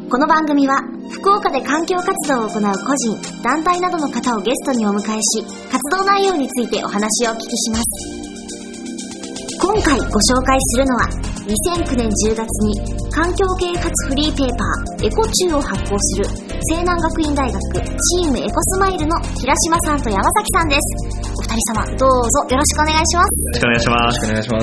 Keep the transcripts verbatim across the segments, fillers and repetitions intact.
この番組は福岡で環境活動を行う個人、団体などの方をゲストにお迎えし、活動内容についてお話をお聞きします。今回ご紹介するのはにせんきゅうねんじゅうがつに環境啓発フリーペーパーエコチューを発行する西南学院大学チームエコスマイルの平島さんと山崎さんです。お二人様どうぞよろしくお願いします。 よろしくお願いします。 よろしくお願いします。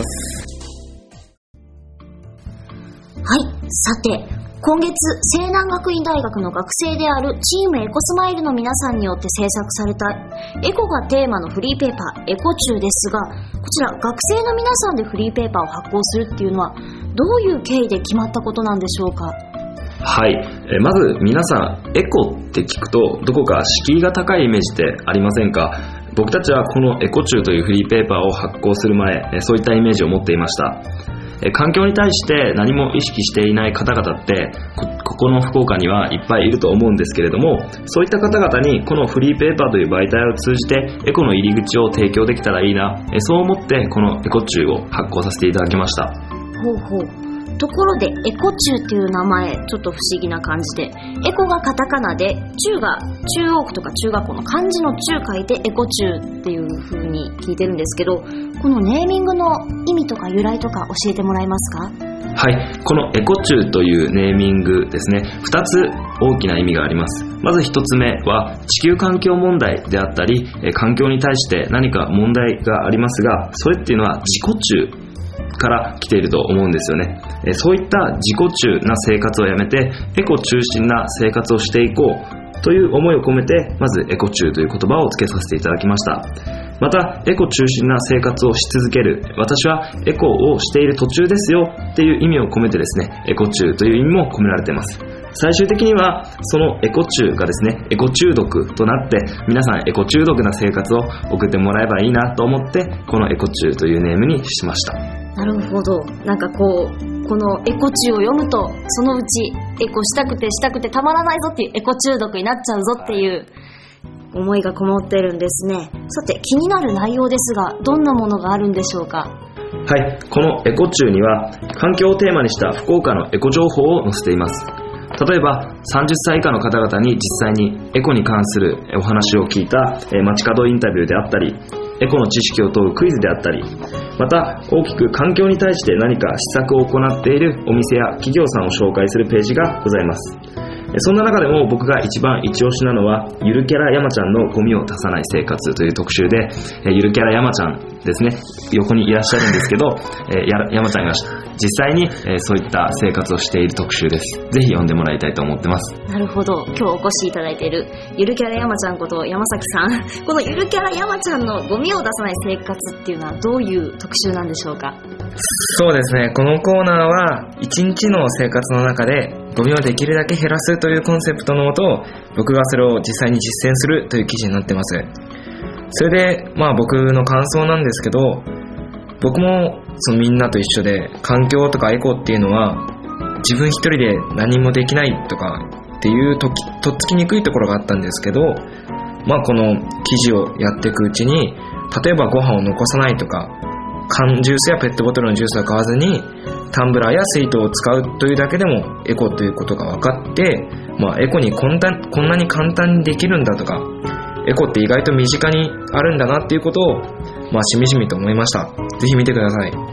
はい、さて今月西南学院大学の学生であるチームエコスマイルの皆さんによって制作されたエコがテーマのフリーペーパーエコチューですが、こちら学生の皆さんでフリーペーパーを発行するっていうのはどういう経緯で決まったことなんでしょうか。 はい、えまず皆さんエコって聞くとどこか敷居が高いイメージってありませんか。僕たちはこのエコチューというフリーペーパーを発行する前、そういったイメージを持っていました。環境に対して何も意識していない方々ってこ、ここの福岡にはいっぱいいると思うんですけれども、そういった方々にこのフリーペーパーという媒体を通じてエコの入り口を提供できたらいいな、そう思ってこのエコチューを発行させていただきました。 ほうほう。ところでエコチューっていう名前ちょっと不思議な感じで、エコがカタカナで中が中央区とか中学校の漢字の中書いてエコチューっていう風に聞いてるんですけど、このネーミングの意味とか由来とか教えてもらえますか。 はい、このエコチューというネーミングですね、ふたつ大きな意味があります。まずひとつめは地球環境問題であったり、環境に対して何か問題がありますが、それっていうのは自己中から来ていると思うんですよね。そういった自己中な生活をやめてエコ中心な生活をしていこうという思いを込めて、まずエコ中という言葉を付けさせていただきました。またエコ中心な生活をし続ける、私はエコをしている途中ですよっていう意味を込めてですね、エコ中という意味も込められています。最終的にはそのエコ中がですね、エコ中毒となって皆さんエコ中毒な生活を送ってもらえばいいなと思って、このエコ中というネームにしました。 なるほど。なんかこうこのエコチューを読むとそのうちエコしたくてしたくてたまらないぞっていうエコ中毒になっちゃうぞっていう思いがこもってるんですね。さて気になる内容ですが、どんなものがあるんでしょうか。 はい、このエコチューには環境をテーマにした福岡のエコ情報を載せています。例えばさんじゅっさい以下の方々に実際にエコに関するお話を聞いた街角インタビューであったり、エコの知識を問うクイズであったり、また大きく環境に対して何か施策を行っているお店や企業さんを紹介するページがございます。そんな中でも僕が一番一押しなのはゆるキャラ山ちゃんのゴミを出さない生活という特集で、ゆるキャラ山ちゃんですね、横にいらっしゃるんですけど、山ちゃんが実際にそういった生活をしている特集です。ぜひ読んでもらいたいと思ってます。 なるほど。今日お越しいただいているゆるキャラ山ちゃんこと山崎さん、このゆるキャラ山ちゃんのゴミを出さない生活っていうのはどういう特集なんでしょうか。 そうですね、このコーナーはいちにちの生活の中でゴミをできるだけ減らすというコンセプトのもと、僕がそれを実際に実践するという記事になってます。それでまあ僕の感想なんですけど、僕もそのみんなと一緒で環境とかエコっていうのは自分一人で何もできないとかっていうときとっつきにくいところがあったんですけど、まあこの記事をやっていくうちに、例えばご飯を残さないとか、缶ジュースやペットボトルのジュースは買わずにタンブラーや水筒を使うというだけでもエコということが分かって、まあ、エコにこんな、こんなに簡単にできるんだとか、エコって意外と身近にあるんだなっていうことを、まあ、しみじみと思いました。ぜひ見てください。はい、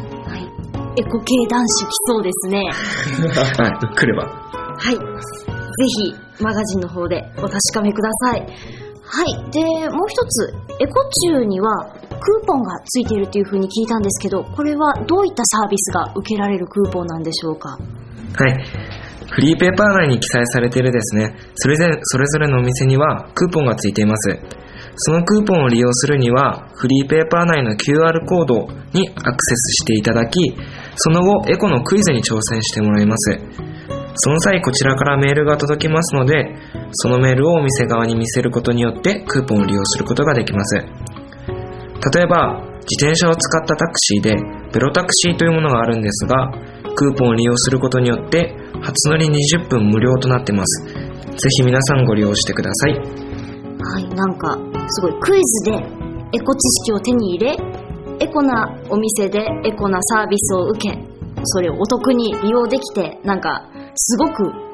エコ系男子来そうですね。 はい、来れば。 はい、ぜひマガジンの方でお確かめください。はい。で、もう一つ、エコチューにはクーポンがついているというふうに聞いたんですけど、これはどういったサービスが受けられるクーポンなんでしょうか。 はい。フリーペーパー内に記載されているですね、それぞれ、それぞれのお店にはクーポンがついています。そのクーポンを利用するには、フリーペーパー内の キューアール コードにアクセスしていただき、その後エコのクイズに挑戦してもらいます。その際こちらからメールが届きますので、そのメールをお店側に見せることによってクーポンを利用することができます。例えば自転車を使ったタクシーでベロタクシーというものがあるんですが、クーポンを利用することによって初乗りにじゅっぷん無料となってます。ぜひ皆さんご利用してください。 はい、なんかすごいクイズでエコ知識を手に入れ、エコなお店でエコなサービスを受け、それをお得に利用できて、なんかすごく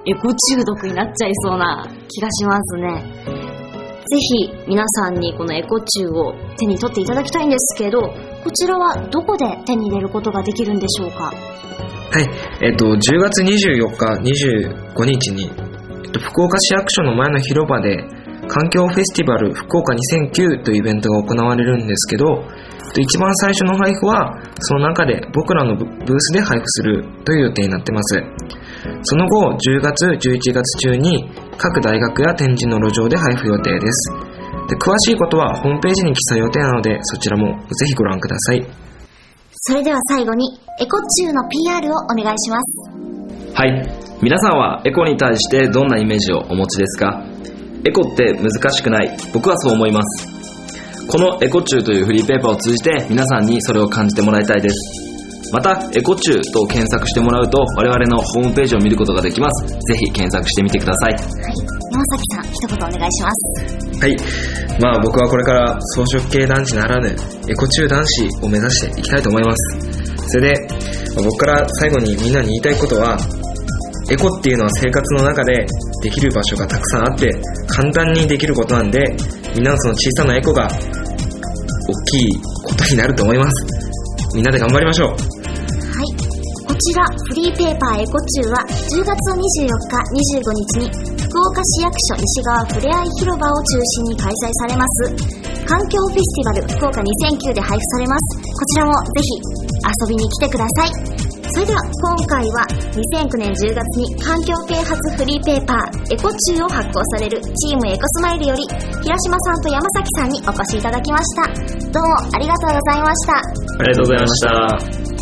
エコ中毒になっちゃいそうな気がしますね。ぜひ皆さんにこのエコチューを手に取っていただきたいんですけど、こちらはどこで手に入れることができるんでしょうか？ はい、えっと、じゅうがつにじゅうよっか、にじゅうごにちに、えっと、福岡市役所の前の広場で環境フェスティバル福岡にせんきゅうというイベントが行われるんですけど、一番最初の配布はその中で僕らのブースで配布するという予定になってます。その後じゅうがつじゅういちがつ中に各大学や展示の路上で配布予定です。で、詳しいことはホームページに記載予定なので、そちらもぜひご覧ください。 それでは最後にエコチューの ピーアール をお願いします。 はい、皆さんはエコに対してどんなイメージをお持ちですか？エコって難しくない、僕はそう思います。このエコチューというフリーペーパーを通じて皆さんにそれを感じてもらいたいです。またエコチューと検索してもらうと我々のホームページを見ることができます。ぜひ検索してみてください。はい、 山崎さん、一言お願いします。 はい、まあ僕はこれから草食系男子ならぬエコチュー男子を目指していきたいと思います。それで僕から最後にみんなに言いたいことは、エコっていうのは生活の中でできる場所がたくさんあって簡単にできることなんで、みんなのその小さなエコが大きいことになると思います。みんなで頑張りましょう。 はい、こちらフリーペーパーエコチューはじゅうがつのにじゅうよっか、にじゅうごにちに福岡市役所西側ふれあい広場を中心に開催されます環境フェスティバル福岡にせんきゅうで配布されます。こちらもぜひ遊びに来てください。それでは今回はにせんきゅうねんじゅうがつに環境啓発フリーペーパーエコチューを発行されるチームエコスマイルより平島さんと山崎さんにお越しいただきました。どうもありがとうございました。 ありがとうございました。